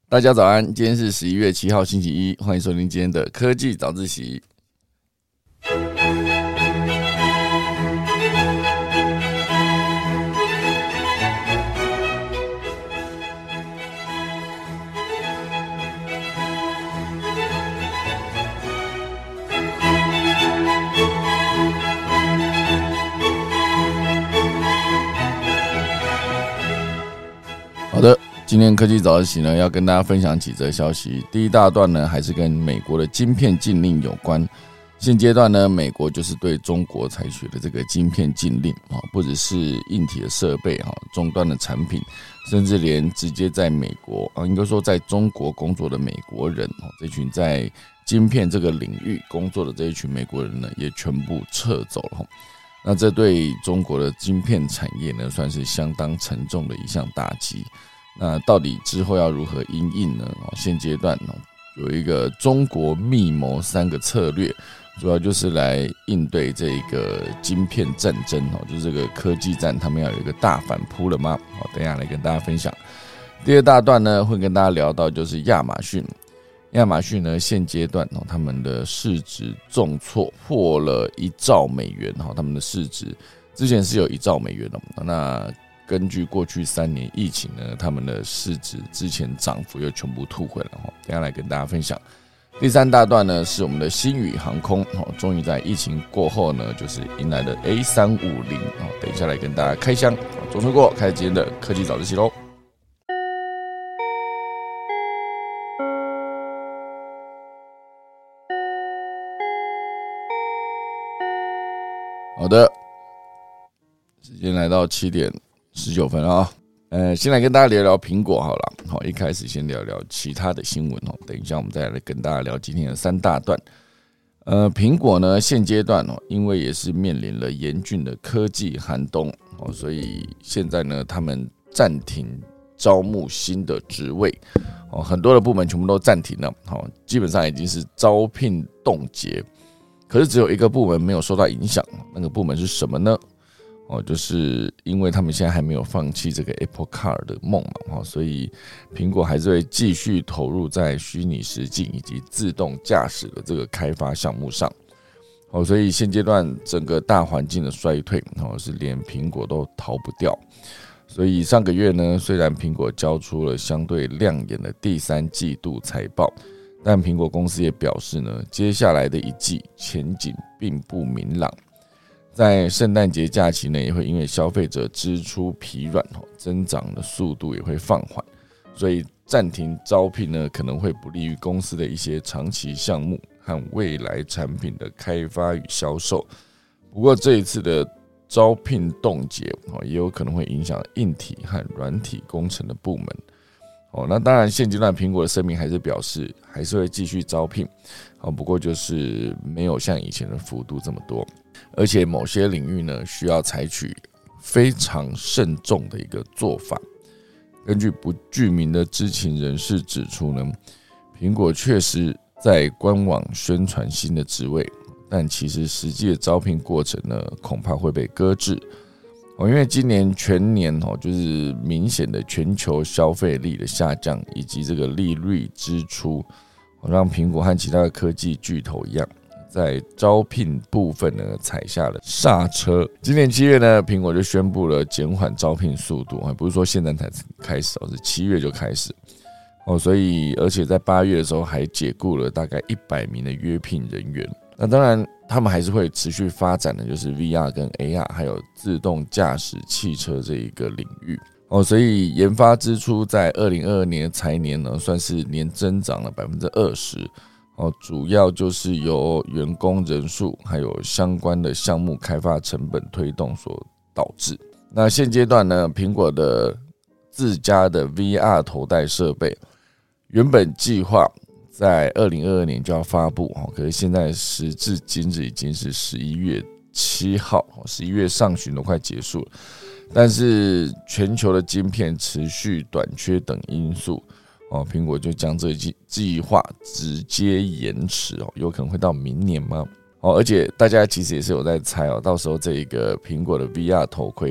大家早安，今天是11月7号星期一，欢迎收听今天的科技早自习。好的，今天科技早自习呢，要跟大家分享几则消息。第一大段呢，还是跟美国的晶片禁令有关。现阶段呢，美国就是对中国采取的这个晶片禁令，不只是硬体的设备、终端的产品，甚至连直接在美国应该说在中国工作的美国人，这群在晶片这个领域工作的这一群美国人呢，也全部撤走了。那这对中国的晶片产业呢，算是相当沉重的一项打击。那到底之后要如何因应呢？现阶段有一个中国密谋3个策略，主要就是来应对这个晶片战争，就是这个科技战，他们要有一个大反扑了吗？等一下来跟大家分享。第二大段呢，会跟大家聊到就是亚马逊。亚马逊呢，现阶段他们的市值重挫破了1兆美元，他们的市值之前是有1兆美元的，那根据过去3年疫情呢，他们的市值之前涨幅又全部吐回来，等一下来跟大家分享。第三大段呢，是我们的星宇航空，终于在疫情过后呢，就是迎来了 A350，等一下来跟大家开箱。总算过，开始今天的科技早自习咯。好的，时间来到7点19分啊。先来跟大家聊聊苹果好了。好，一开始先聊聊其他的新闻哦。等一下我们再来跟大家聊今天的3大段。苹果呢现阶段因为也是面临了严峻的科技寒冬所以现在呢他们暂停招募新的职位很多的部门全部都暂停了，基本上已经是招聘冻结。可是只有一个部门没有受到影响，那个部门是什么呢？就是因为他们现在还没有放弃这个 Apple Car 的梦嘛，所以苹果还是会继续投入在虚拟实境以及自动驾驶的这个开发项目上。所以现阶段整个大环境的衰退是连苹果都逃不掉。所以上个月呢，虽然苹果交出了相对亮眼的第3季度财报，但苹果公司也表示呢，接下来的一季前景并不明朗。在圣诞节假期呢，也会因为消费者支出疲软，增长的速度也会放缓，所以暂停招聘呢，可能会不利于公司的一些长期项目和未来产品的开发与销售。不过这一次的招聘冻结，也有可能会影响硬体和软体工程的部门。那当然现阶段苹果的声明还是表示还是会继续招聘，不过就是没有像以前的幅度这么多，而且某些领域呢需要采取非常慎重的一个做法。根据不具名的知情人士指出呢，苹果确实在官网宣传新的职位，但其实实际的招聘过程呢恐怕会被搁置。因为今年全年就是明显的全球消费力的下降，以及这个利率支出，让苹果和其他的科技巨头一样，在招聘部分呢踩下了刹车。今年7月呢，苹果就宣布了减缓招聘速度，不是说现在才开始，是7月就开始。所以而且在8月的时候还解雇了大概100名的约聘人员。那当然他们还是会持续发展的就是 VR 跟 AR 还有自动驾驶汽车这一个领域。所以研发支出在2022年财年呢算是年增长了 20%， 主要就是由员工人数还有相关的项目开发成本推动所导致。那现阶段呢，苹果的自家的 VR 头戴设备原本计划在2022年就要发布，可是现在时至今日已经是11月7号，11月上旬都快结束了。但是全球的晶片持续短缺等因素，苹果就将这计划直接延迟，有可能会到明年吗？而且大家其实也是有在猜，到时候这一个苹果的 VR 头盔，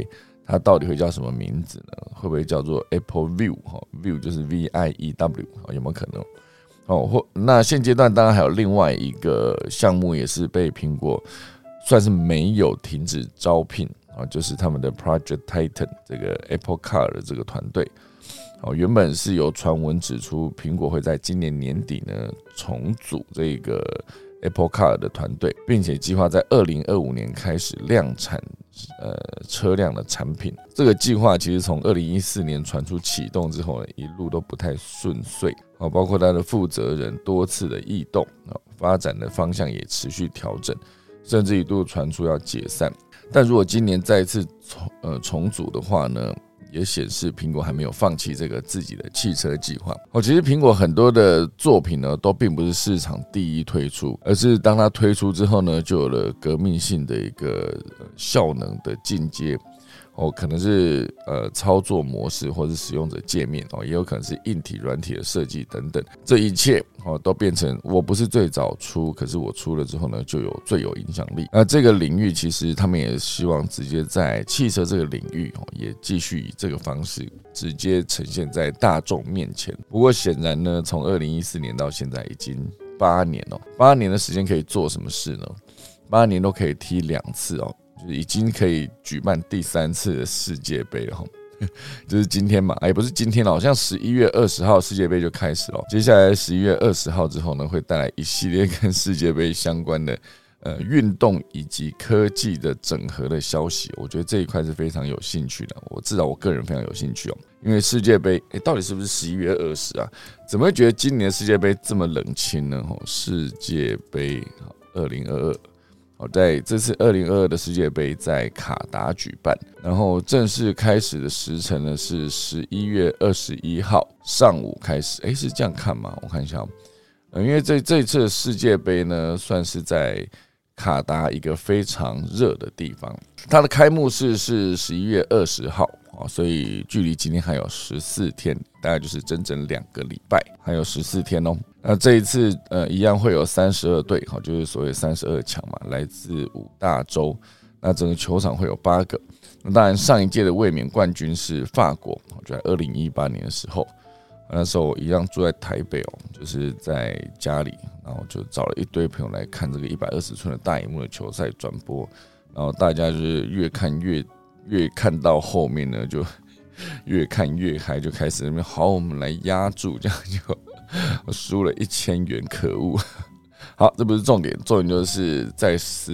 它到底会叫什么名字呢？会不会叫做 Apple View？View 就是 VIEW， 有没有可能？那现阶段当然还有另外一个项目，也是被苹果算是没有停止招聘，就是他们的 Project Titan 这个 Apple Car 的这个团队。原本是有传闻指出，苹果会在今年年底呢重组这个 Apple Car 的团队，并且计划在2025年开始量产车辆的产品。这个计划其实从2014年传出启动之后呢，一路都不太顺遂，包括他的负责人多次的异动，发展的方向也持续调整，甚至一度传出要解散。但如果今年再次重组的话呢，也显示苹果还没有放弃这个自己的汽车计划。其实苹果很多的作品呢，都并不是市场第一推出，而是当它推出之后呢，就有了革命性的一个效能的进阶。可能是操作模式或是使用者界面，也有可能是硬体软体的设计等等，这一切都变成我不是最早出，可是我出了之后呢，就有最有影响力。那这个领域其实他们也希望直接在汽车这个领域也继续以这个方式直接呈现在大众面前。不过显然呢，从2014年到现在已经8年了，8年的时间可以做什么事呢？8年都可以踢2次就是已经可以举办第3次的世界杯了，就是今天嘛，也不是今天了，好像11月20号世界杯就开始了。接下来11月20号之后呢，会带来一系列跟世界杯相关的运动以及科技的整合的消息。我觉得这一块是非常有兴趣的，至少我个人非常有兴趣因为世界杯到底是不是11月20啊？怎么会觉得今年的世界杯这么冷清呢？世界杯2022。在这次2022的世界杯在卡达举办，然后正式开始的时辰呢是11月21号上午开始。是这样看吗？我看一下因为这一次的世界杯呢，算是在卡达一个非常热的地方。它的开幕式是11月20号，所以距离今天还有14天，大概就是整整2个礼拜，还有14天哦。那这一次一样会有32队，就是所谓32强嘛，来自5大洲。那整个球场会有8个。那当然上一届的卫冕冠军是法国，就在2018年的时候。那时候我一样住在台北就是在家里，然后就找了一堆朋友来看这个120寸的大萤幕的球赛转播，然后大家就是越看到后面呢，就越看越嗨，就开始那边好，我们来压注，这样就我输了1000元，可恶！好，这不是重点，重点就是在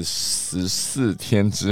14天之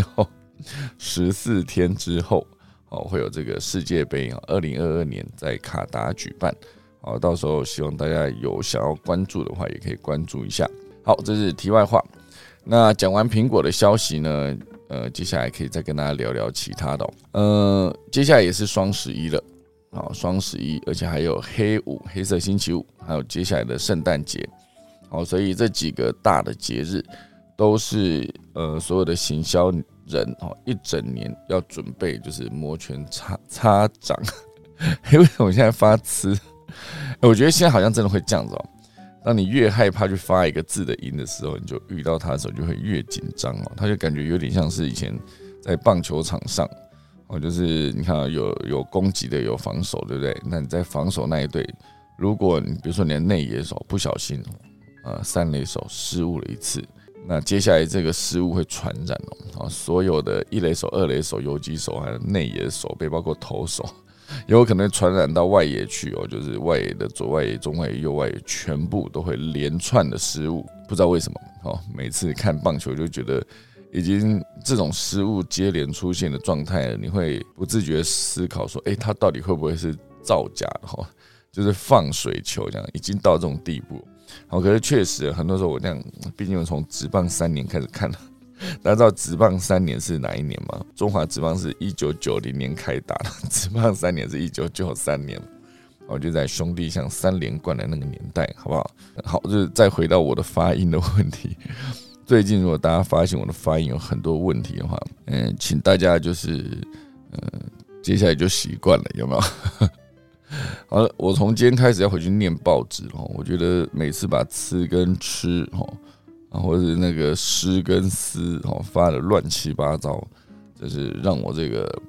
后。会有这个世界杯2022年在卡达举办，到时候希望大家有想要关注的话，也可以关注一下。好，这是题外话。那讲完苹果的消息呢，接下来可以再跟大家聊聊其他的。接下来也是双11了，双11，而且还有黑色星期五，还有接下来的圣诞节。所以这几个大的节日都是所有的行销人一整年要准备，就是摩拳擦掌。为什么我现在发词？我觉得现在好像真的会这样子当你越害怕去发一个字的音的时候，你就遇到它的时候就会越紧张它就感觉有点像是以前在棒球场上就是你看有攻击的，有防守，对不对？那你在防守那一队，如果你比如说你的内野手不小心三垒手失误了一次，那接下来这个失误会传染所有的一垒手、二垒手、游击手还有内野手背，包括投手，有可能传染到外野去就是外野的左外野、中外野、右外野，全部都会连串的失误。不知道为什么每次看棒球就觉得已经这种失误接连出现的状态了，你会不自觉思考说，他到底会不会是造假的就是放水球这样，已经到这种地步。可是确实很多时候我这样，毕竟我从职棒3年开始看了，大家知道职棒3年是哪一年吗？中华职棒是1990年开打的，职棒3年是1993年，就在兄弟像3连冠的那个年代，好不好？好，就是再回到我的发音的问题。最近如果大家发现我的发音有很多问题的话，请大家就是接下来就习惯了，有没有？好了，我从今天开始要回去念报纸我觉得每次把吃跟吃或者是那个诗跟诗发的乱七八糟，就是让我这个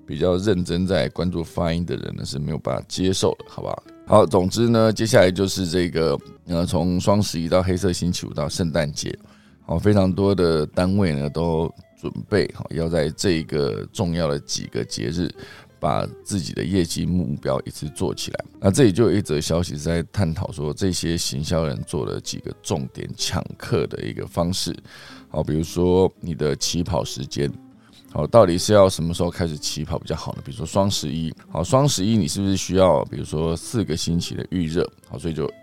比较认真在关注发音的人呢是没有办法接受的，好不好？好，总之呢，接下来就是这个从双11到黑色星期五到圣诞节，非常多的单位呢都准备要在这个重要的几个节日把自己的业绩目标一次做起来。那这里就有一则消息是在探讨说，这些行销人做了几个重点抢客的一个方式。好，比如说你的起跑时间，好，到底是要什么时候开始起跑比较好呢？比如说双11，好，双11你是不是需要比如说4个星期的预热？好，所以就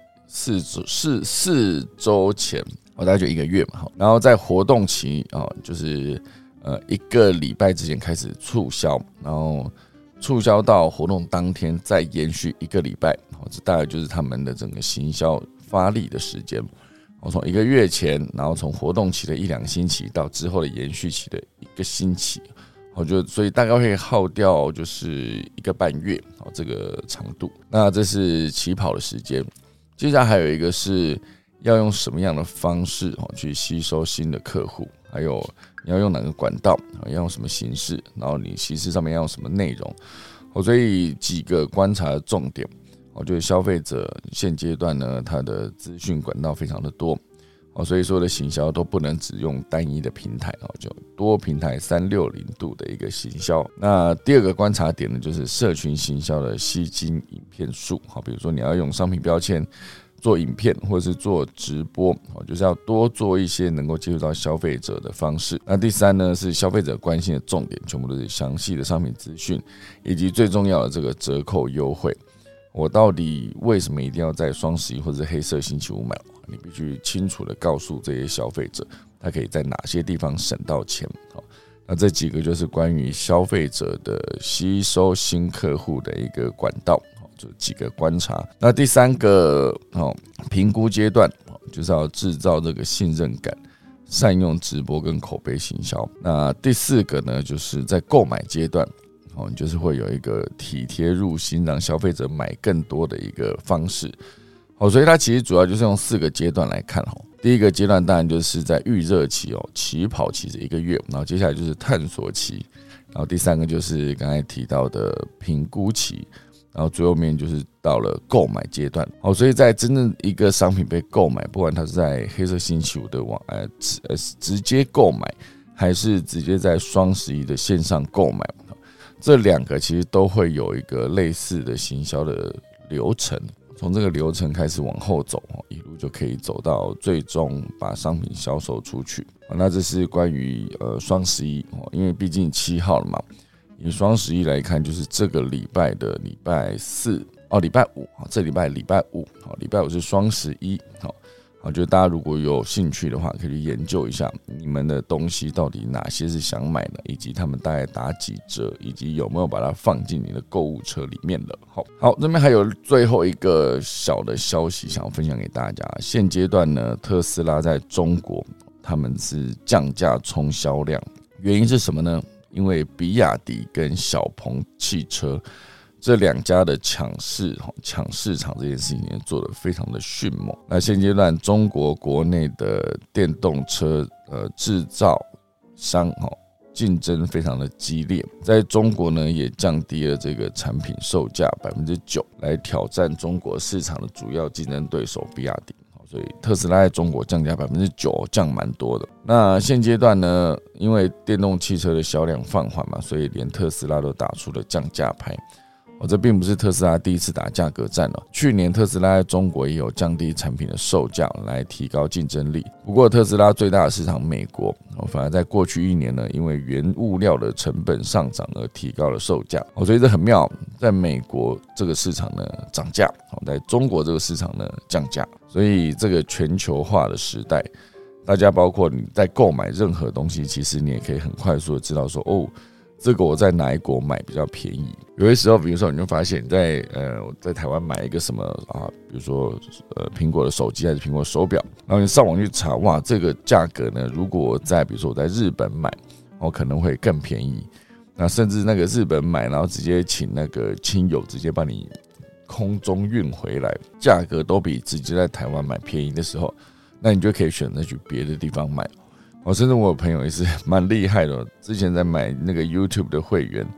4周前，大概就1个月嘛。然后在活动期就是1个礼拜之前开始促销，然后促销到活动当天再延续1个礼拜，这大概就是他们的整个行销发力的时间。从1个月前，然后从活动期的1-2个星期到之后的延续期的1个星期，所以大概会耗掉就是1个半月这个长度。那这是起跑的时间。接下来还有一个是要用什么样的方式去吸收新的客户，还有你要用哪个管道，要用什么形式，然后你形式上面要用什么内容。所以几个观察的重点。就是消费者现阶段呢，他的资讯管道非常的多，所以说的行销都不能只用单一的平台，就多平台360度的一个行销。那第二个观察点呢，就是社群行销的吸睛影片数，比如说你要用商品标签做影片或者是做直播，就是要多做一些能够接触到消费者的方式。那第三呢，是消费者关心的重点，全部都是详细的商品资讯，以及最重要的这个折扣优惠。我到底为什么一定要在双11或者是黑色星期五买？你必须清楚的告诉这些消费者，他可以在哪些地方省到钱。那这几个就是关于消费者的吸收新客户的一个管道，就几个观察。那第三个评估阶段，就是要制造这个信任感，善用直播跟口碑行销。那第四个呢，就是在购买阶段。你就是会有一个体贴入心，让消费者买更多的一个方式。所以它其实主要就是用4个阶段来看。第一个阶段当然就是在预热期，起跑期是1个月，然后接下来就是探索期，然后第3个就是刚才提到的评估期，然后最后面就是到了购买阶段。所以在真正一个商品被购买，不管它是在黑色星期五的直接购买，还是直接在双11的线上购买，这2个其实都会有一个类似的行销的流程，从这个流程开始往后走，一路就可以走到最终把商品销售出去。那这是关于双11，因为毕竟7号了嘛，以双11来看，就是这个礼拜的礼拜4，礼拜5，这礼拜5，礼拜5是双11。我觉得大家如果有兴趣的话，可以去研究一下你们的东西到底哪些是想买的，以及他们大概打几折，以及有没有把它放进你的购物车里面了。好，这边还有最后一个小的消息想要分享给大家。现阶段呢，特斯拉在中国他们是降价冲销量，原因是什么呢？因为比亚迪跟小鹏汽车这2家的抢市场这件事情做得非常的迅猛。那现阶段中国国内的电动车制造商竞争非常的激烈，在中国呢也降低了这个产品售价 9% 来挑战中国市场的主要竞争对手比亚迪。所以特斯拉在中国降价 9%， 降蛮多的。那现阶段呢，因为电动汽车的销量放缓嘛，所以连特斯拉都打出了降价牌。这并不是特斯拉第一次打价格战了。去年特斯拉在中国也有降低产品的售价来提高竞争力。不过特斯拉最大的市场美国，反而在过去1年呢，因为原物料的成本上涨而提高了售价。所以这很妙，在美国这个市场呢涨价，在中国这个市场呢降价。所以这个全球化的时代，大家包括你在购买任何东西，其实你也可以很快速的知道说，这个我在哪一国买比较便宜。有些时候，比如说你就发现你在台湾买一个什么比如说苹果的手机还是苹果手表，然后你上网去查，哇，这个价格呢，如果我在比如说我在日本买，可能会更便宜。那甚至那个日本买，然后直接请那个亲友直接帮你空中运回来，价格都比直接在台湾买便宜的时候，那你就可以选择去别的地方买。甚至我有朋友也是蛮厉害的，之前在买那个 YouTube 的会员，他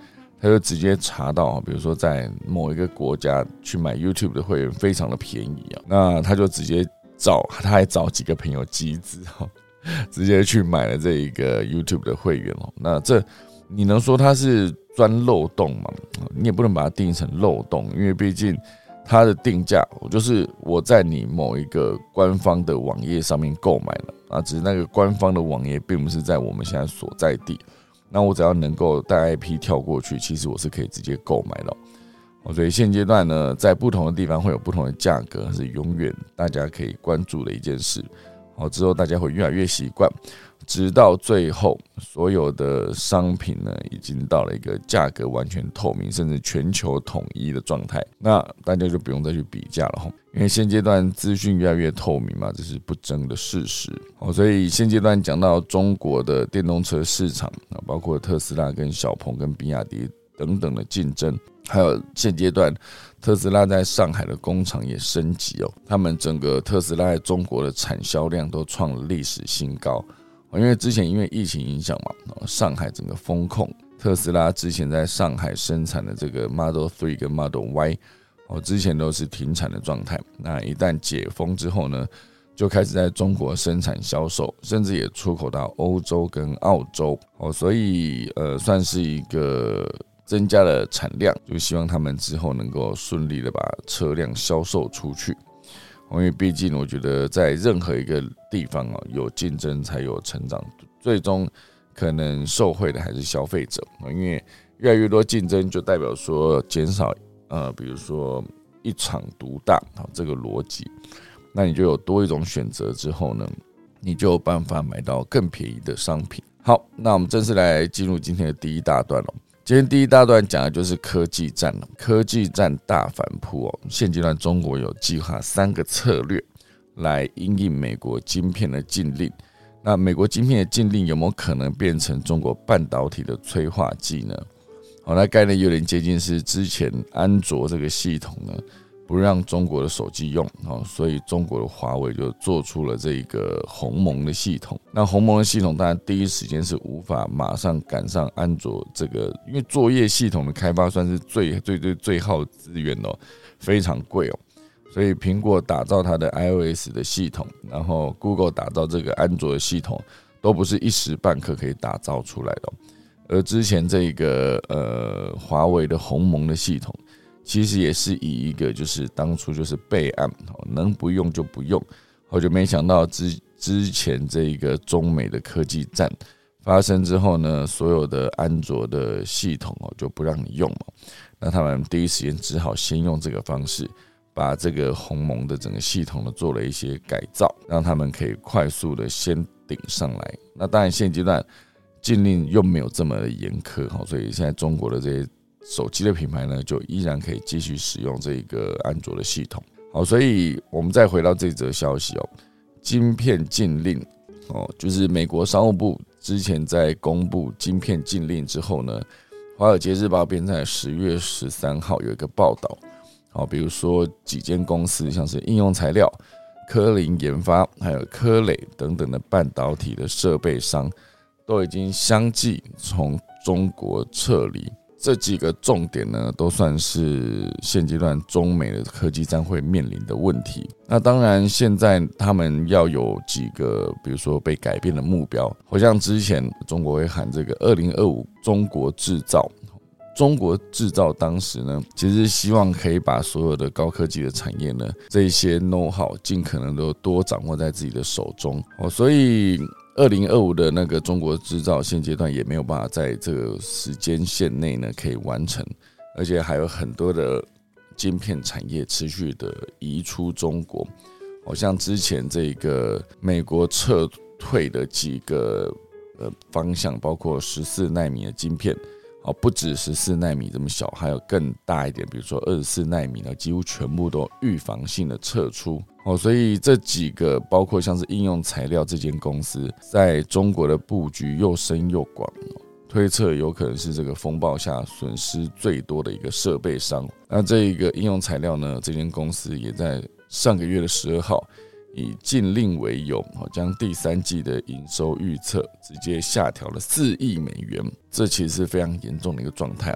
他就直接查到，比如说在某一个国家去买 YouTube 的会员非常的便宜啊，那他就直接他还找几个朋友集资直接去买了这一个 YouTube 的会员哦。那这你能说它是钻漏洞吗？你也不能把它定义成漏洞，因为毕竟它的定价就是我在你某一个官方的网页上面购买了啊，只是那个官方的网页并不是在我们现在所在地。那我只要能够带 IP 跳过去，其实我是可以直接购买的。所以现阶段呢，在不同的地方会有不同的价格，是永远大家可以关注的一件事。之后大家会越来越习惯，直到最后所有的商品呢，已经到了一个价格完全透明，甚至全球统一的状态。那大家就不用再去比价了，因为现阶段资讯越来越透明嘛，这是不争的事实。所以现阶段讲到中国的电动车市场，包括特斯拉跟小鹏跟比亚迪等等的竞争，还有现阶段特斯拉在上海的工厂也升级他们整个特斯拉在中国的产销量都创了历史新高。因为之前因为疫情影响嘛，上海整个封控，特斯拉之前在上海生产的这个 Model 3跟 Model Y， 之前都是停产的状态。那一旦解封之后呢，就开始在中国生产销售，甚至也出口到欧洲跟澳洲。所以算是一个增加了产量，就希望他们之后能够顺利的把车辆销售出去。因为毕竟我觉得在任何一个地方有竞争才有成长，最终可能受惠的还是消费者。因为越来越多竞争就代表说减少比如说一厂独大这个逻辑，那你就有多一种选择之后呢，你就有办法买到更便宜的商品。好，那我们正式来进入今天的第一大段了。今天第一大段讲的就是科技战了，科技战大反扑现阶段中国有计划3个策略来因应美国晶片的禁令。那美国晶片的禁令有没有可能变成中国半导体的催化剂呢？那概念有点接近是之前安卓这个系统呢不让中国的手机用，所以中国的华为就做出了这个鸿蒙的系统。那鸿蒙的系统当然第一时间是无法马上赶上安卓这个，因为作业系统的开发算是最耗资源非常贵所以苹果打造它的 iOS 的系统，然后 Google 打造这个安卓的系统，都不是一时半刻可以打造出来的。而之前这个华为的鸿蒙的系统，其实也是以一个就是当初就是备案，能不用就不用，就没想到之前这一个中美的科技战发生之后呢，所有的安卓的系统就不让你用嘛，那他们第一时间只好先用这个方式，把这个鸿蒙的整个系统呢做了一些改造，让他们可以快速的先顶上来。那当然现阶段禁令又没有这么的严苛，所以现在中国的这些手机的品牌呢，就依然可以继续使用这个安卓的系统。好，所以我们再回到这则消息晶片禁令就是美国商务部之前在公布晶片禁令之后呢，华尔街日报编在10月13号有一个报道，比如说几间公司像是应用材料、科林研发还有科磊等等的半导体的设备商，都已经相继从中国撤离。这几个重点呢，都算是现阶段中美的科技战会面临的问题。那当然，现在他们要有几个，比如说被改变的目标，好像之前中国会喊这个2025中国制造。中国制造当时呢，其实希望可以把所有的高科技的产业呢，这些 know how 尽可能都多掌握在自己的手中。所以2025的那个中国制造现阶段也没有办法在这个时间线内呢可以完成，而且还有很多的晶片产业持续的移出中国。好像之前这个美国撤退的几个方向，包括14奈米的晶片，不止14奈米这么小，还有更大一点，比如说24奈米呢，几乎全部都预防性的撤出。所以这几个包括像是应用材料这间公司在中国的布局又深又广，推测有可能是这个风暴下损失最多的一个设备商。那这一个应用材料呢，这间公司也在上个月的12号以禁令为由，将第3季的营收预测直接下调了4亿美元，这其实是非常严重的一个状态。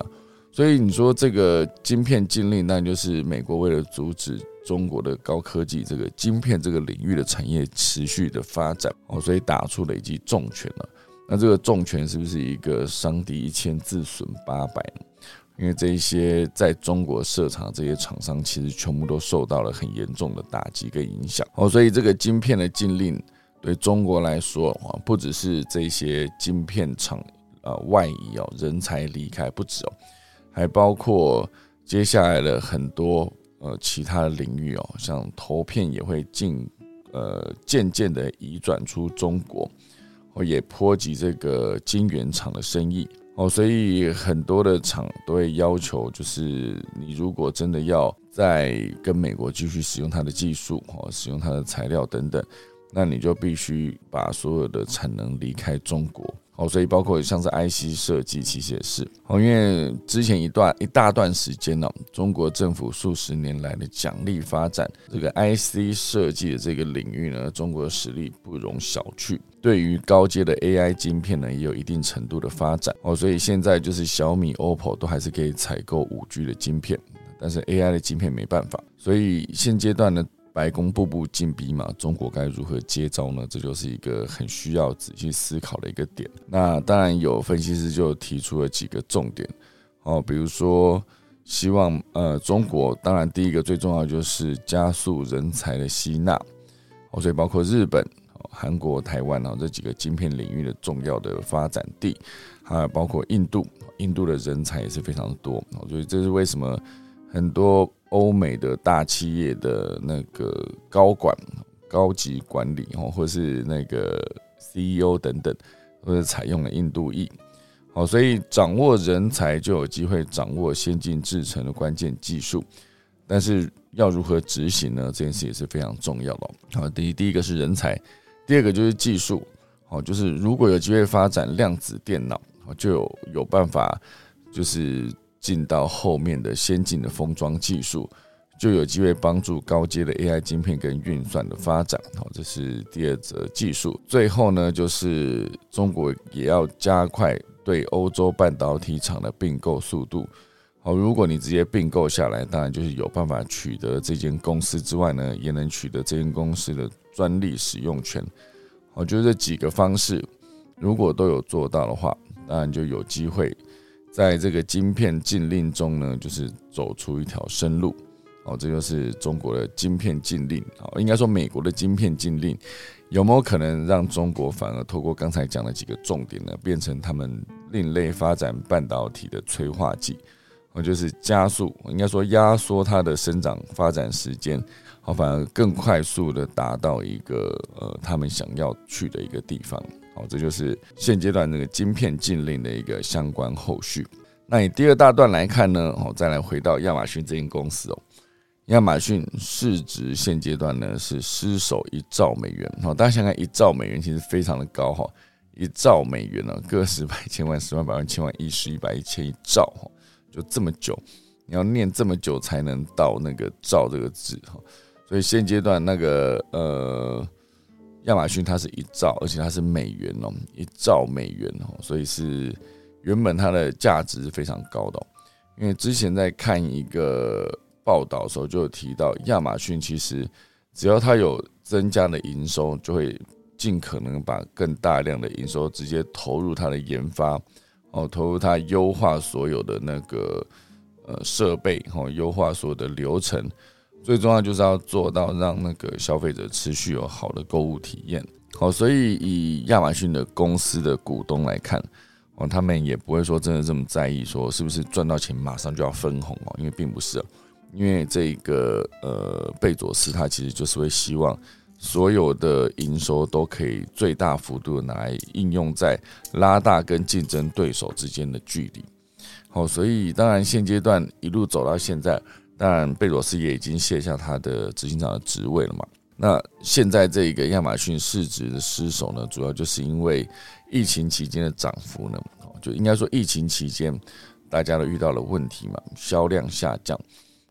所以你说这个晶片禁令，那就是美国为了阻止中国的高科技这个晶片这个领域的产业持续的发展，所以打出了一记重拳了。那这个重拳是不是一个伤敌1000自损800呢？因为这一些在中国设厂的这些厂商，其实全部都受到了很严重的打击跟影响。所以这个晶片的禁令对中国来说，不只是这些晶片厂外移人才离开不止还包括接下来的很多其他的领域像投片也会渐渐的移转出中国，也波及这个晶圆厂的生意。所以很多的厂都会要求，就是你如果真的要再跟美国继续使用它的技术，使用它的材料等等，那你就必须把所有的产能离开中国。所以包括像是 IC 设计其实也是，因为之前一大段时间中国政府数十年来的奖励发展这个 IC 设计的这个领域呢，中国的实力不容小觑。对于高阶的 AI 晶片呢，也有一定程度的发展。所以现在就是小米、OPPO 都还是可以采购 5G 的晶片，但是 AI 的晶片没办法。所以现阶段呢，白宫步步紧逼嘛，中国该如何接招呢？这就是一个很需要仔细思考的一个点。那当然有分析师就提出了几个重点，比如说希望中国当然第一个最重要的就是加速人才的吸纳，所以包括日本、韩国、台湾这几个晶片领域的重要的发展地，还有包括印度的人才也是非常的多，所以这是为什么很多欧美的大企业的那个高级管理或是那个 CEO 等等，都是采用了印度裔。所以掌握人才就有机会掌握先进制程的关键技术，但是要如何执行呢？这件事也是非常重要的。第一个是人才，第二个就是技术，就是如果有机会发展量子电脑，就有办法就是进到后面的先进的封装技术，就有机会帮助高阶的 AI 晶片跟运算的发展。这是第二则技术。最后呢，就是中国也要加快对欧洲半导体厂的并购速度。如果你直接并购下来，当然就是有办法取得这间公司之外呢，也能取得这间公司的专利使用权。就是这几个方式，如果都有做到的话，当然就有机会在这个晶片禁令中呢，就是走出一条生路。这就是中国的晶片禁令，应该说美国的晶片禁令有没有可能让中国反而透过刚才讲的几个重点呢，变成他们另类发展半导体的催化剂，就是加速，应该说压缩它的生长发展时间，反而更快速的达到一个他们想要去的一个地方。这就是现阶段这个晶片禁令的一个相关后续。那以第二大段来看呢，再来回到亚马逊这间公司亚马逊市值现阶段呢是失守1兆美元，大家想看1兆美元其实非常的高，1兆美元个十百千万十万百万千万亿十亿百亿千亿兆，就这么久，你要念这么久才能到那个兆这个字，所以现阶段那个亚马逊它是1兆，而且它是美元1兆美元，所以是原本它的价值是非常高的。因为之前在看一个报道的时候就有提到，亚马逊其实只要它有增加的营收，就会尽可能把更大量的营收直接投入它的研发，投入它优化所有的那个设备，优化所有的流程，最重要就是要做到让那个消费者持续有好的购物体验。所以以亚马逊的公司的股东来看，他们也不会说真的这么在意说是不是赚到钱马上就要分红，因为并不是。因为这个贝佐斯他其实就是会希望所有的营收都可以最大幅度的拿来应用在拉大跟竞争对手之间的距离。所以当然现阶段一路走到现在，当然贝佐斯也已经卸下他的执行长的职位了嘛。那现在这个亚马逊市值的失守呢，主要就是因为疫情期间的涨幅呢，就应该说疫情期间大家都遇到了问题嘛，销量下降。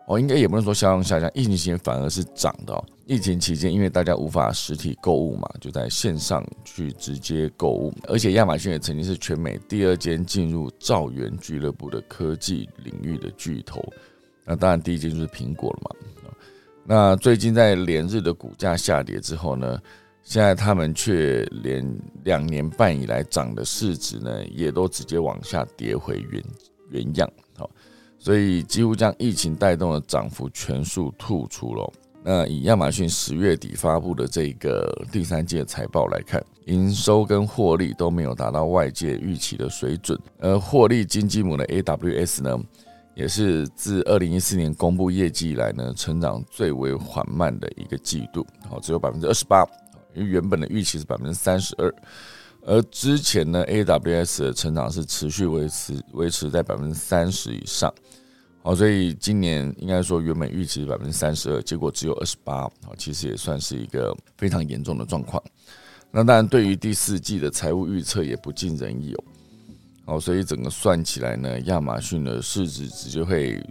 应该也不能说销量下降，疫情期间反而是涨的哦。疫情期间，因为大家无法实体购物嘛，就在线上去直接购物。而且亚马逊也曾经是全美第2间进入兆元俱乐部的科技领域的巨头。那当然，第1间就是苹果了嘛。那最近在连日的股价下跌之后呢，现在他们却连2年半以来涨的市值呢，也都直接往下跌回原样。所以几乎将疫情带动的涨幅全数吐出了。那以亚马逊10月底发布的这个第3季的财报来看，营收跟获利都没有达到外界预期的水准，而获利金鸡母的 AWS 呢，也是自2014年公布业绩以来呢，成长最为缓慢的一个季度，只有 28%， 因为原本的预期是 32%。而之前呢 AWS 的成长是持续维持在 30% 以上，所以今年应该说原本预期是 32%， 结果只有 28%， 其实也算是一个非常严重的状况。那当然对于第4季的财务预测也不尽人意所以整个算起来呢，亚马逊的市值直接会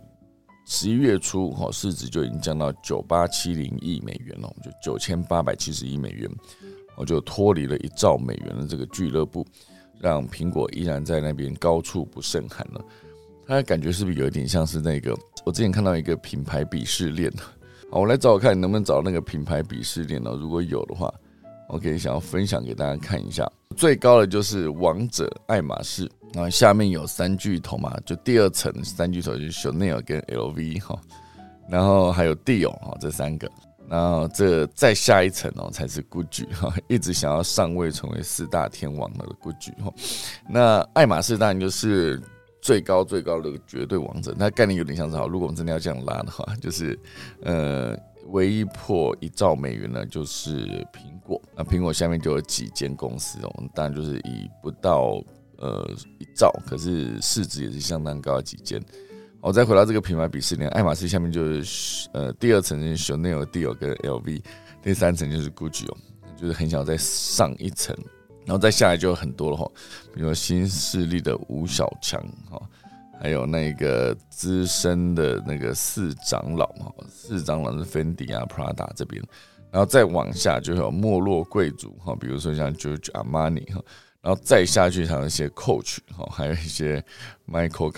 11月初市值就已经降到9870亿美元了，就9870亿美元。就脱离了1兆美元的这个俱乐部，让苹果依然在那边高处不胜寒了。它的感觉是不是有一点像是那个我之前看到一个品牌鄙视链？好，我来找看能不能找那个品牌鄙视链呢？如果有的话，我可以想要分享给大家看一下。最高的就是王者爱马仕，然后下面有3巨头嘛，就第2层3巨头就是 Chanel 跟 LV 然后还有 Dior 这3个。然后这再下一层才是 Gucci， 一直想要上位成为4大天王的 Gucci。那爱马仕当然就是最高的绝对王者，那概念有点像是如果我们真的要这样拉的话，就是唯一破1兆美元呢就是苹果，那苹果下面就有几间公司当然就是以不到1兆，可是市值也是相当高的几间。我再回到这个品牌鄙视链，爱马仕下面就是第2层是 Chanel、Dior 跟 LV， 第3层就是 Gucci 就是很想再上一层，然后再下来就有很多了比如说新势力的吴小强还有那个资深的那个4长老是 Fendi 啊 Prada 这边，然后再往下就有没落贵族比如说像 Giorgio Armani， 然后再下去还有一些 Coach， 还有一些 Michael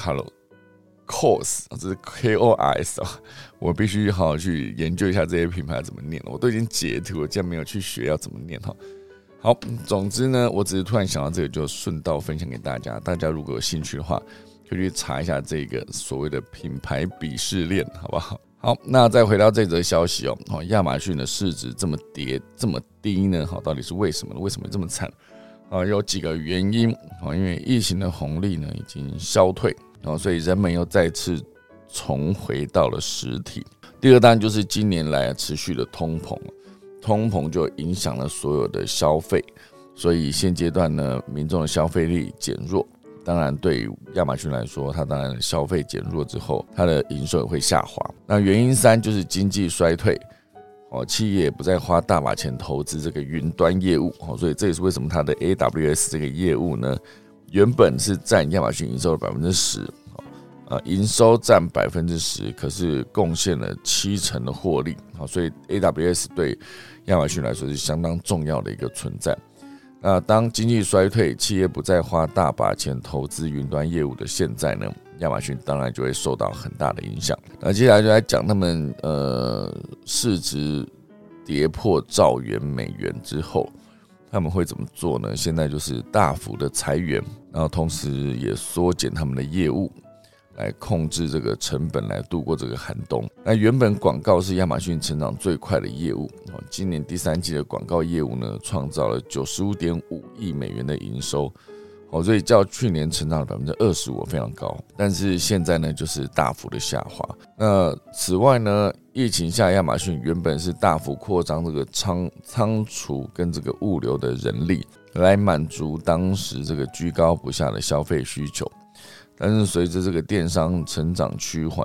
Kors， 这是 KORS 我必须好好去研究一下这些品牌怎么念，我都已经截图了，竟然没有去学要怎么念好，总之呢，我只是突然想到这个，就顺道分享给大家。大家如果有兴趣的话，可以去查一下这个所谓的品牌鄙视链，好不好？好，那再回到这则消息亚马逊的市值这么跌这么低呢？到底是为什么呢？为什么这么惨？有几个原因因为疫情的红利呢已经消退，所以人们又再次重回到了实体。第2当然就是今年来持续的通膨就影响了所有的消费，所以现阶段呢，民众的消费力减弱。当然，对于亚马逊来说，它当然消费减弱之后，它的营收也会下滑。那原因3就是经济衰退，企业不再花大把钱投资这个云端业务，所以这也是为什么它的 AWS 这个业务呢，原本是占亚马逊营收的 10%，营收占 10%， 可是贡献了70%的获利，所以 AWS 对亚马逊来说是相当重要的一个存在。那当经济衰退，企业不再花大把钱投资云端业务的现在呢，亚马逊当然就会受到很大的影响。那接下来就来讲他们市值跌破1兆美元之后，他们会怎么做呢？现在就是大幅的裁员，然后同时也缩减他们的业务，来控制这个成本，来度过这个寒冬。那原本广告是亚马逊成长最快的业务，今年第3季的广告业务呢，创造了 95.5 亿美元的营收，所以较去年成长了 25%， 非常高。但是现在呢，就是大幅的下滑。那此外呢，疫情下亚马逊原本是大幅扩张这个仓储跟这个物流的人力，来满足当时这个居高不下的消费需求。但是随着这个电商成长趋缓，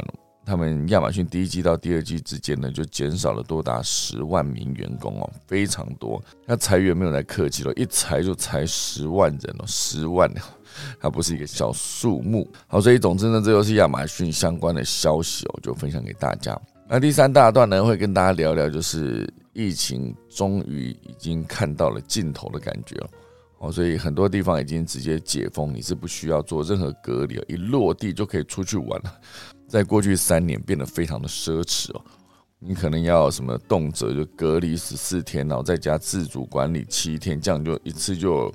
他们亚马逊第一季到第二季之间呢，就减少了多达10万名员工哦，非常多。那裁员没有来客气了，一裁就裁10万人哦，10万，它不是一个小数目。好，所以总之呢，这就是亚马逊相关的消息哦，就分享给大家。那第3大段呢，会跟大家聊聊，就是疫情终于已经看到了尽头的感觉哦，所以很多地方已经直接解封，你是不需要做任何隔离，一落地就可以出去玩了。在过去3年变得非常的奢侈哦，你可能要什么动辄就隔离14天，然后再加自主管理7天，这样就一次就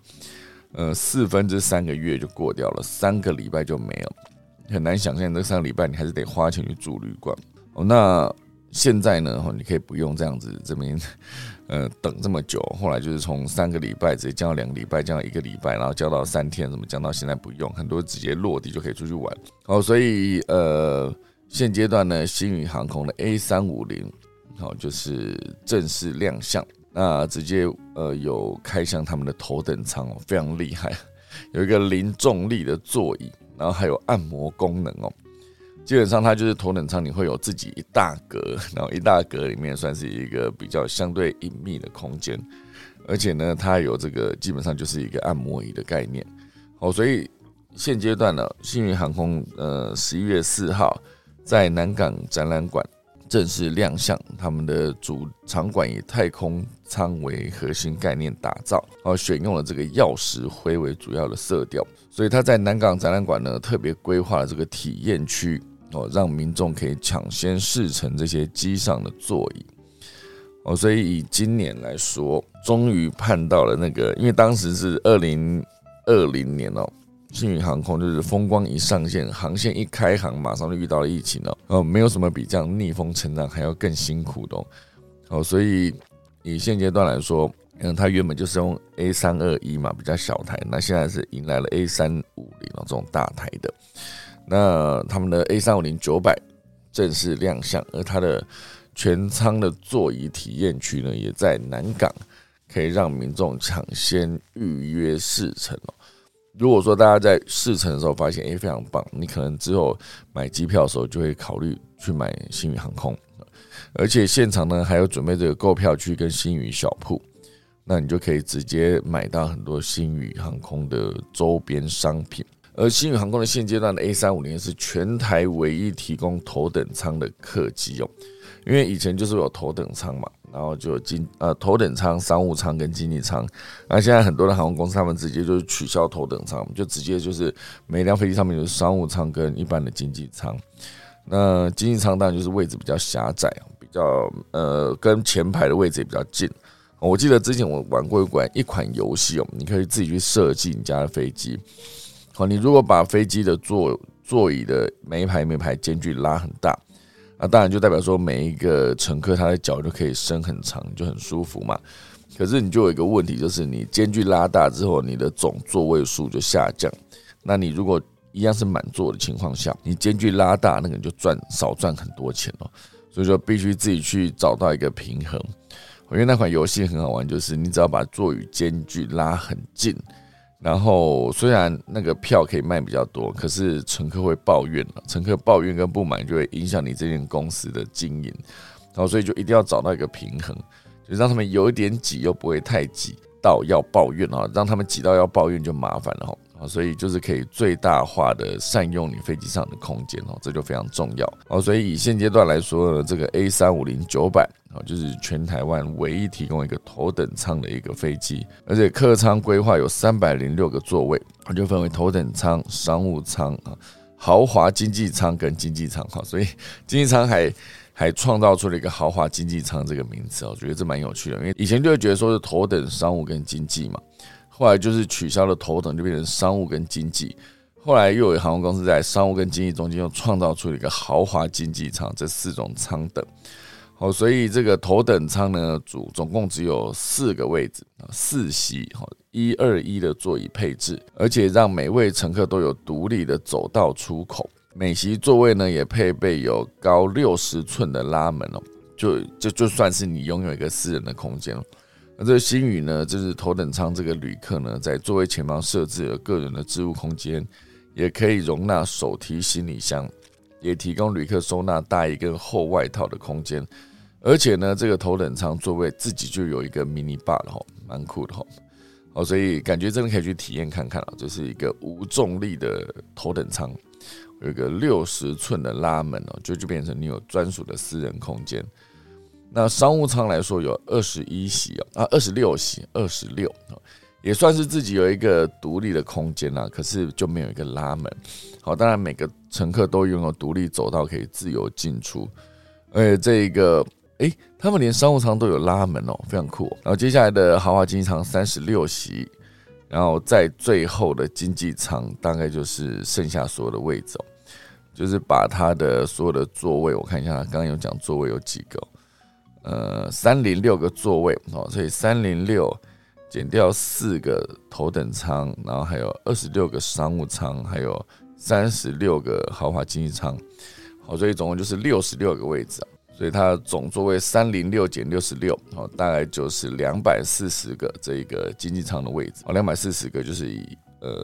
3/4个月就过掉了，3个礼拜就没有，很难想象这3个礼拜你还是得花钱去住旅馆哦。那现在呢，你可以不用这样子这边等这么久，后来就是从3个礼拜直接降到2个礼拜，降到1个礼拜，然后降到3天，怎么降到现在不用，很多直接落地就可以出去玩。好，所以现阶段呢，星宇航空的 A350 好就是正式亮相，那直接有开箱他们的头等舱哦，非常厉害，有一个零重力的座椅，然后还有按摩功能哦。基本上它就是头等舱，你会有自己一大格，然后一大格里面算是一个比较相对隐秘的空间，而且呢，它有这个基本上就是一个按摩椅的概念。好，所以现阶段呢，星宇航空11月4号在南港展览馆正式亮相，他们的主场馆以太空舱为核心概念打造，选用了这个曜石灰为主要的色调，所以它在南港展览馆呢特别规划了这个体验区。让民众可以抢先试乘这些机上的座椅。所以以今年来说，终于盼到了那个，因为当时是2020年星宇航空就是风光一上线，航线一开航，马上就遇到了疫情没有什么比这样逆风成长还要更辛苦的所以以现阶段来说，它原本就是用 A321 嘛，比较小台，那现在是迎来了 A350 这种大台的。那他们的 A350-900 正式亮相，而它的全舱的座椅体验区呢，也在南港，可以让民众抢先预约试乘如果说大家在试乘的时候发现非常棒，你可能之后买机票的时候就会考虑去买星宇航空，而且现场呢还有准备这个购票区跟星宇小铺，那你就可以直接买到很多星宇航空的周边商品。而星宇航空的现阶段的 A350 是全台唯一提供头等舱的客机因为以前就是有头等舱嘛，然后就有头等舱、商务舱跟经济舱，那现在很多的航空公司他们直接就是取消头等舱，就直接就是每辆飞机上面就是商务舱跟一般的经济舱。那经济舱当然就是位置比较狭窄，比较跟前排的位置也比较近。我记得之前我玩过一款游戏你可以自己去设计你家的飞机。你如果把飞机的座椅的每一排间距拉很大，当然就代表说每一个乘客他的脚就可以伸很长，就很舒服嘛。可是你就有一个问题，就是你间距拉大之后，你的总座位数就下降。那你如果一样是满座的情况下，你间距拉大，那个你就少赚很多钱所以说必须自己去找到一个平衡。因为那款游戏很好玩，就是你只要把座椅间距拉很近。然后虽然那个票可以卖比较多，可是乘客会抱怨乘客抱怨跟不满就会影响你这间公司的经营，所以就一定要找到一个平衡，就让他们有一点挤又不会太挤到要抱怨让他们挤到要抱怨就麻烦了所以就是可以最大化的善用你飞机上的空间这就非常重要所以以现阶段来说呢，这个 A350-900就是全台湾唯一提供一个头等舱的一个飞机，而且客舱规划有306个座位，就分为头等舱、商务舱、豪华经济舱跟经济舱所以经济舱还创造出了一个豪华经济舱这个名字我觉得这蛮有趣的，因为以前就会觉得说是头等、商务跟经济嘛。后来就是取消了头等，就变成商务跟经济。后来又有航空公司在商务跟经济中间又创造出了一个豪华经济舱这4种舱等。所以这个头等舱呢，总共只有4个位置，4席121的座椅配置，而且让每位乘客都有独立的走道出口。每席座位呢也配备有高60寸的拉门就算是你拥有一个私人的空间那这个星宇呢，就是头等舱这个旅客呢，在座位前方设置了个人的置物空间，也可以容纳手提行李箱。 也提供旅客收纳大衣跟厚外套的空间。而且呢，这个头等舱座位自己就有一个 mini bar 的，蛮酷的。所以感觉真的可以去体验看看。这是一个无重力的头等舱，有一个60寸的拉门，就变成你有专属的私人空间。那商务舱来说有21席26席，26也算是自己有一个独立的空间啦，可是就没有一个拉门。当然每个乘客都拥有独立走道，可以自由进出。而且这个他们连商务舱都有拉门非常酷。然后接下来的豪华经济舱36席，然后在最后的经济舱大概就是剩下所有的位置就是把它的所有的座位，我看一下，刚刚有讲座位有几个，306个座位所以306减掉4个头等舱，然后还有26个商务舱，还有36个豪华经济舱，所以总共就是66个位置。所以它总座位306减66，大概就是240个这个经济舱的位置。240个就是以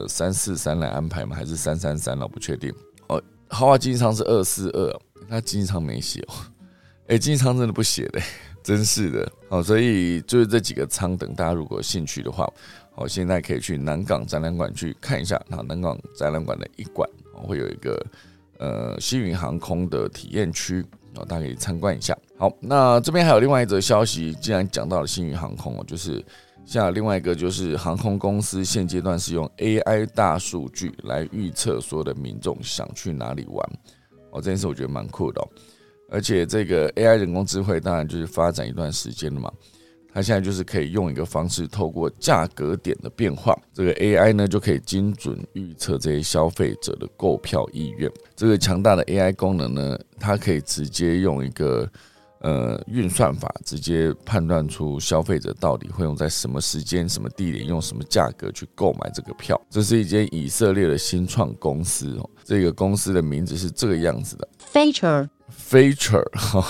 343来安排吗？还是333了？不确定。豪华经济舱是242，它经济舱没写经济舱真的不写的，真是的。所以就是这几个舱等大家如果有兴趣的话，现在可以去南港展览馆去看一下。南港展览馆的一馆会有一个星宇航空的体验区。大家可以参观一下。好，那这边还有另外一则消息，既然讲到了星宇航空就是像另外一个就是航空公司现阶段是用 AI 大数据来预测所有的民众想去哪里玩。这件事我觉得蛮酷的而且这个 AI 人工智慧当然就是发展一段时间了嘛。它现在就是可以用一个方式，透过价格点的变化，这个 AI 呢就可以精准预测这些消费者的购票意愿。这个强大的 AI 功能呢，它可以直接用一个运算法，直接判断出消费者到底会用在什么时间、什么地点、用什么价格去购买这个票。这是一间以色列的新创公司这个公司的名字是这个样子的 Feature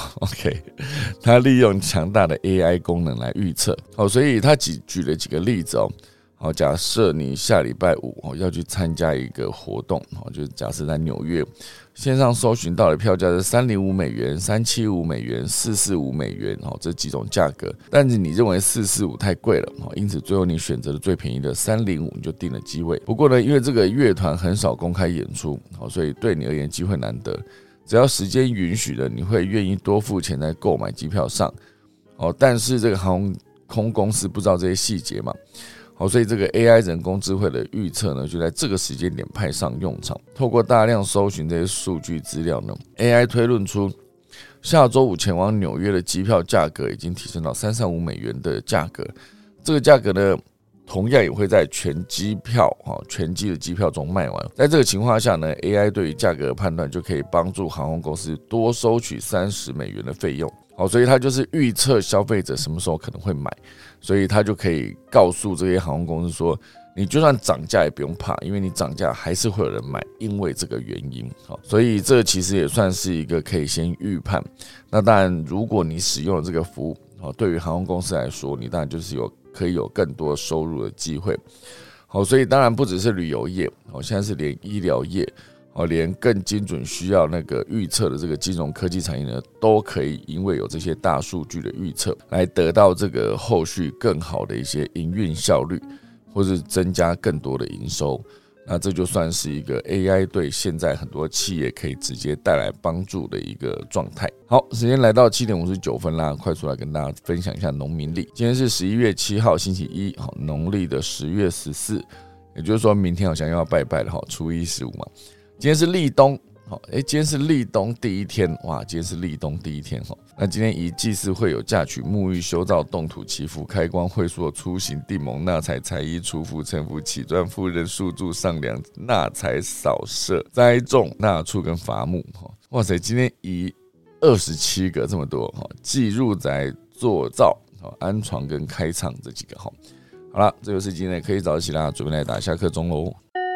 OK， 它利用强大的 AI 功能来预测。所以它举了几个例子假设你下礼拜5要去参加一个活动，就是假设在纽约，线上搜寻到的票价是305美元、375美元、445美元这几种价格，但是你认为445太贵了，因此最后你选择了最便宜的305，你就订了机位。不过呢，因为这个乐团很少公开演出，所以对你而言机会难得。只要时间允许的，你会愿意多付钱在购买机票上但是这个航空公司不知道这些细节嘛，所以这个 AI 人工智慧的预测呢，就在这个时间点派上用场。透过大量搜寻这些数据资料呢， AI 推论出下周5前往纽约的机票价格已经提升到335美元的价格。这个价格呢，同样也会在全机的机票中卖完。在这个情况下呢， AI 对于价格的判断就可以帮助航空公司多收取30美元的费用。所以它就是预测消费者什么时候可能会买，所以它就可以告诉这些航空公司说，你就算涨价也不用怕，因为你涨价还是会有人买，因为这个原因。所以这其实也算是一个可以先预判。那当然如果你使用了这个服务，对于航空公司来说，你当然就是可以有更多收入的机会。所以当然不只是旅游业，现在是连医疗业，连更精准需要那个预测的这个金融科技产业呢，都可以因为有这些大数据的预测，来得到这个后续更好的一些营运效率，或是增加更多的营收。那这就算是一个 AI 对现在很多企业可以直接带来帮助的一个状态。好，时间来到7点59分啦，快速来跟大家分享一下农民历。今天是11月7号星期一，农历的10月14，也就是说明天好像又要拜拜了，初一15嘛。今天是立冬，今天是立冬第一天，哇，今天是立冬第一天。那今天宜祭祀会有嫁娶、沐浴、修造、动土、祈福、开光、会所、出行、订盟、纳财、裁衣、除福、成福、起传、赴任、宿住、上梁、纳财、扫舍、栽种、纳畜跟伐木。哇塞，今天宜27个，这么多，祭入宅、做灶、安床跟开仓这几个。好了，这就是今天的科技早起啦，准备来打下课钟喽。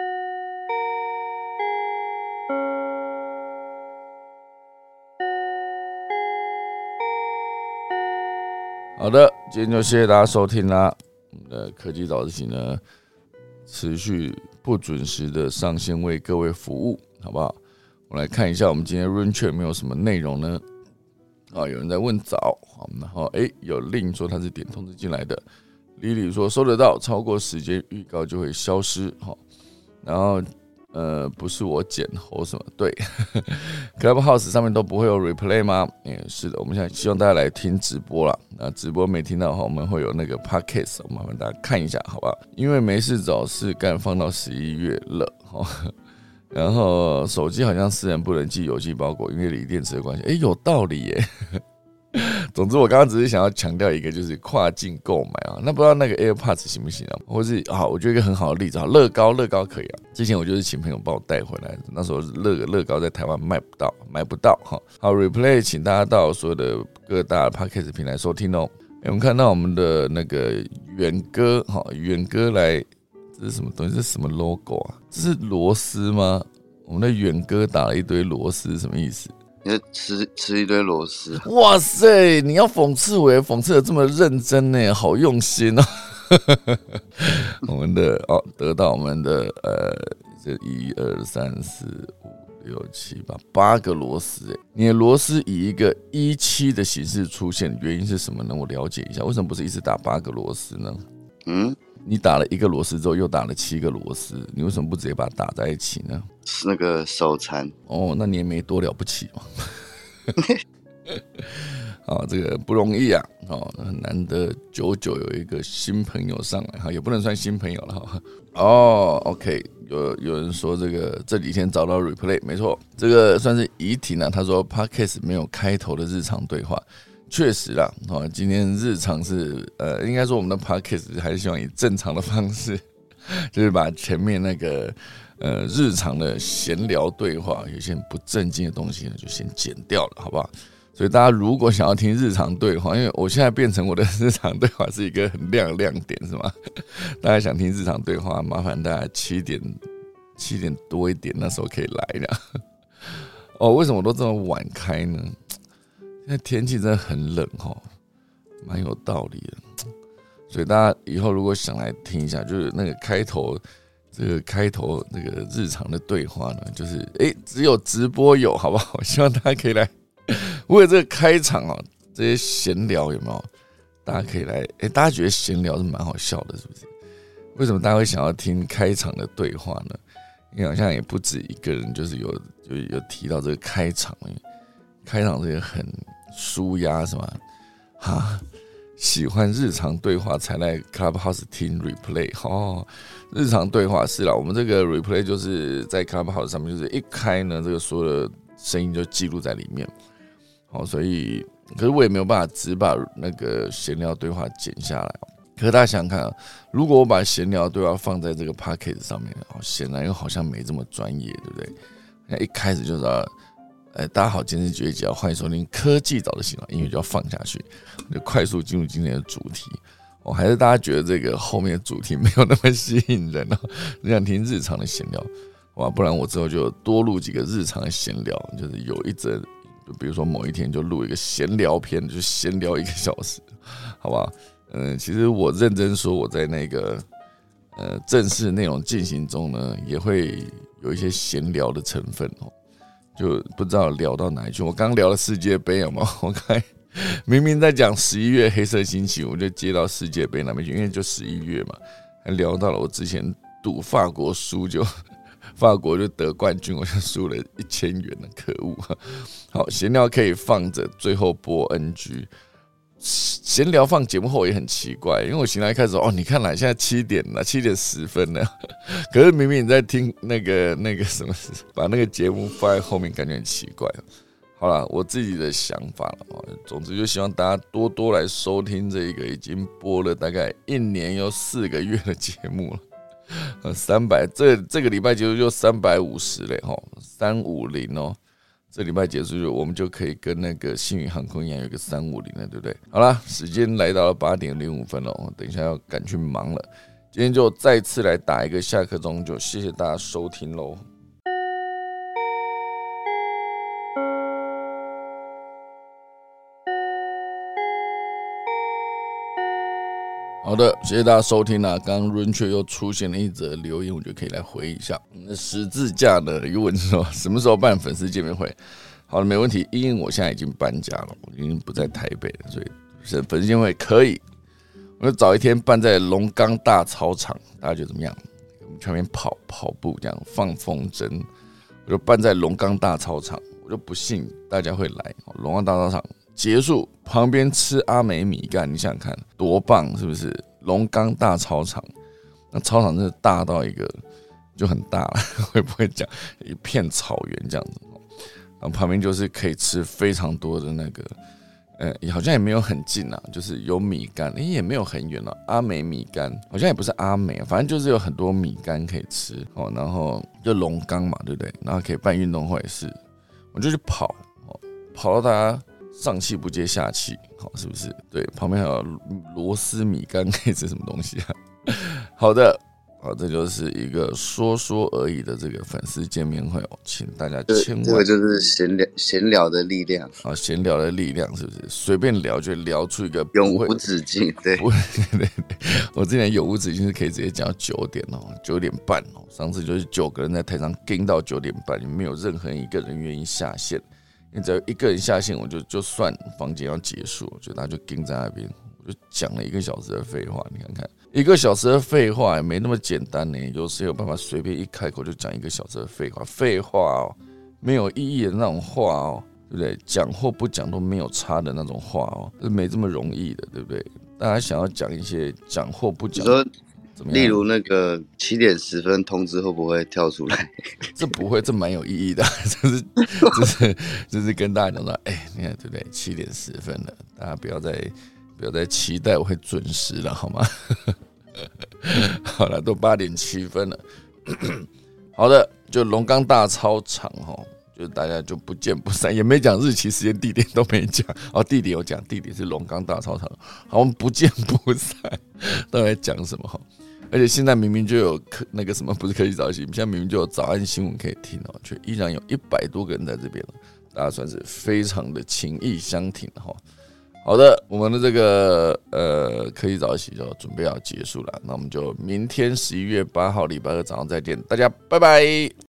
好的，今天就谢谢大家收听啦。我们的科技早自习呢，持续不准时的上线为各位服务，好不好？ 我们来看一下我们今天 Room Chat 有没有什么内容呢？有人在问早，然后有令说他是点通知进来的。Lily 说收得到，超过时间预告就会消失。然后不是我剪吼什么？对，Clubhouse 上面都不会有 replay 吗？是的，我们现在希望大家来听直播啦。那直播没听到的话，我们会有那个 podcast， 我们麻烦大家看一下，好吧？因为没事找事干，放到11月了。然后手机好像私人不能寄邮寄包裹，因为锂电池的关系。有道理耶。总之，我刚刚只是想要强调一个，就是跨境购买啊。那不知道那个 AirPods 行不行啊？或是我觉得一个很好的例子啊，乐高可以啊。之前我就是请朋友帮我带回来，那时候乐高在台湾买不到哈。好 ，Replay， 请大家到所有的各大 Podcast 平台收听哦。我们看到我们的那个远哥来，这是什么东西？这是什么 logo 啊？这是螺丝吗？我们的远哥打了一堆螺丝，什么意思？ 你吃一堆螺丝， 哇塞！你要讽刺我，讽刺的这么认真呢，好用心哦。我们的得到我们的这1、2、3、4、5、6、7、8个螺丝，你的螺丝以一个17的形式出现，原因是什么呢？我了解一下，为什么不是一次打8个螺丝呢？你打了1个螺丝之后，又打了7个螺丝，你为什么不直接把它打在一起呢？ 是那个手残那你也没多了不起嘛。这个不容易啊，很难得久有一个新朋友上来，也不能算新朋友了。OK， 有人说这几天找到 replay， 没错，这个算是遗体啊。他说 podcast 没有开头的日常对话。确实啦，今天日常是应该说我们的 podcast 还是希望以正常的方式，就是把前面那个日常的闲聊对话，有些不正经的东西呢，就先剪掉了，好不好？所以大家如果想要听日常对话，因为我现在变成我的日常对话是一个很亮点，是吗？大家想听日常对话，麻烦大家7点多一点，那时候可以来的。为什么我都这么晚开呢？现在天气真的很冷蛮有道理的。所以大家以后如果想来听一下，就是那个开头那个日常的对话呢，就是只有直播有，好不好？我希望大家可以来为了这个开场这些闲聊有没有？大家可以来大家觉得闲聊是蛮好笑的，是不是？为什么大家会想要听开场的对话呢？因为好像也不止一个人，就是有提到这个开场这个很舒压是吗？喜欢日常对话才来 Clubhouse 听 replay 日常对话是啦，我们这个 replay 就是在 Clubhouse 上面，就是一开呢，这个所有的声音就记录在里面。所以可是我也没有办法只把那个闲聊对话剪下来。可是大家想想看如果我把闲聊对话放在这个 podcast 上面，显然又好像没这么专业，对不对？那一开始就知道大家好，今天是9月几号，欢迎收听科技早的醒，音乐就要放下去，就快速进入今天的主题。还是大家觉得这个后面的主题没有那么吸引人你想听日常的闲聊，不然我之后就多录几个日常的闲聊，就是有一则，比如说某一天就录一个闲聊篇，就闲聊1个小时，好吧？其实我认真说，我在那个正式内容进行中呢，也会有一些闲聊的成分就不知道聊到哪里去。我刚聊了世界杯，有没有？我刚明明在讲11月黑色星期五，我就接到世界杯那边去，因为就11月嘛，还聊到了我之前赌法国输，就法国就得冠军，我就输了1000元了，可恶！好，闲聊可以放着，最后播 NG。闲聊放节目后也很奇怪，因为我醒来开始你看啦，现在7点了，7点10分了，可是明明你在听那个什么，把那个节目放在后面，感觉很奇怪。好啦，我自己的想法了。总之就希望大家多多来收听这个已经播了大概1年又4个月的节目了。300，这个礼拜结束就350嘞，350这礼拜结束我们就可以跟那个星宇航空一样有个350了，对不对？好啦，时间来到了8点05分了，等一下要赶去忙了。今天就再次来打一个下课钟，就谢谢大家收听喽。 好的，谢谢大家收听啊！刚刚润雀又出现了一则留言，我就可以来回一下。十字架的疑问说什么时候办粉丝见面会？好的，没问题，因为我现在已经搬家了，我已经不在台北了，所以粉丝见面会可以。我就找一天办在龙岗大操场，大家觉得怎么样？我们全面跑步，这样放风筝，我就办在龙岗大操场，我就不信大家会来。龙岗大操场结束，旁边吃阿美米干，你想想看多棒，是不是？龙岗大操场，那操场真的大到一个就很大了，会不会讲一片草原这样子？然后旁边就是可以吃非常多的那个，好像也没有很近啊，就是有米干，也没有很远啊。阿美米干好像也不是阿美，反正就是有很多米干可以吃哦。然后就龙岗嘛，对不对？然后可以办运动会是，我就去跑，跑到大家上气不接下气，好，是不是？对，旁边还有螺丝米干，可以吃什么东西啊？好的，好，这就是一个说说而已的这个粉丝见面会哦，请大家千万， 这个就是闲聊的力量啊，闲聊的力量是不是？随便聊就聊出一个永无止境，对， 对，我之前永无止境是可以直接讲到9点哦，9点半哦，上次就是9个人在台上盯到9点半，没有任何一个人愿意下线。因为只要一个人下线，我就算房间要结束，我觉得他就盯在那边，我就讲了1个小时的废话。你看看，1个小时的废话也没那么简单呢。有谁有办法随便一开口就讲1个小时的废话？废话哦，没有意义的那种话哦，对不对？讲或不讲都没有差的那种话哦，没这么容易的，对不对？大家想要讲一些讲或不讲。 例如那个7点10分通知会不会跳出来？ 这不会，这蛮有意义的，就是跟大家讲到，你看对不对？7点10分了，大家不要再期待我会准时了，好吗？好了，都8点7分了。好的，就龙岗大操场哈，就大家就不见不散，也没讲日期、时间、地点都没讲哦。地点有讲，地点是龙岗大操场，好，我们不见不散。到底在讲什么哈？而且现在明明就有那个什么，不是科技早起，现在明明就有早安新闻可以听哦，却依然有100多个人在这边了，大家算是非常的情义相挺哈。好的，我们的这个科技早起就准备要结束了，那我们就明天11月8号礼拜2早上再见，大家拜拜。